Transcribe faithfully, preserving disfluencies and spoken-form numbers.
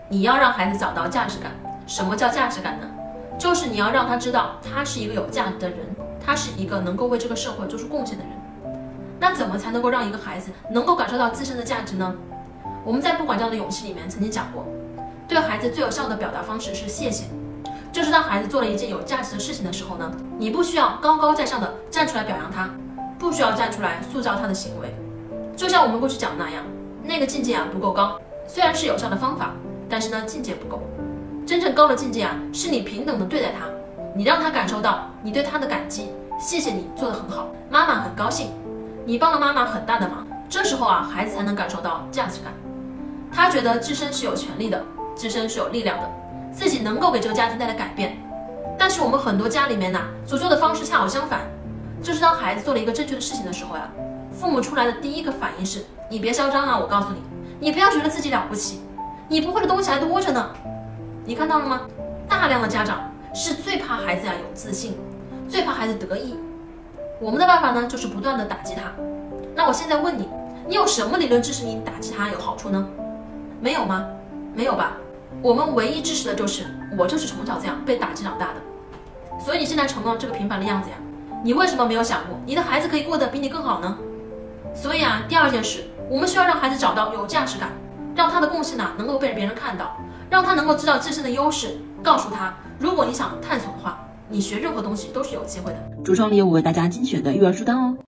你要让孩子找到价值感。什么叫价值感呢？就是你要让他知道他是一个有价值的人，他是一个能够为这个社会做出贡献的人。那怎么才能够让一个孩子能够感受到自身的价值呢？我们在不管教的勇气里面曾经讲过，对孩子最有效的表达方式是谢谢。就是当孩子做了一件有价值的事情的时候呢，你不需要高高在上的站出来表扬他，不需要站出来塑造他的行为。就像我们过去讲的那样，那个境界啊不够高，虽然是有效的方法，但是呢境界不够。真正高的境界啊，是你平等的对待他，你让他感受到你对他的感激，谢谢你做得很好，妈妈很高兴，你帮了妈妈很大的忙。这时候啊，孩子才能感受到价值感，他觉得自身是有权利的，自身是有力量的，自己能够给这个家庭带来改变。但是我们很多家里面呢、啊，所做的方式恰好相反，就是当孩子做了一个正确的事情的时候呀、啊，父母出来的第一个反应是：你别嚣张啊，我告诉你，你不要觉得自己了不起，你不会的东西还多着呢。你看到了吗？大量的家长是最怕孩子呀、啊、有自信，最怕孩子得意。我们的办法呢，就是不断的打击他。那我现在问你，你有什么理论支持你打击他有好处呢？没有吗？没有吧？我们唯一支持的就是我就是从小这样被打击长大的，所以你现在成了这个平凡的样子呀。你为什么没有想过你的孩子可以过得比你更好呢？所以啊，第二件事，我们需要让孩子找到有价值感，让他的贡献呢、啊、能够被别人看到，让他能够知道自身的优势，告诉他，如果你想探索的话，你学任何东西都是有机会的。 橱窗里有我为大家精选的育儿书单哦。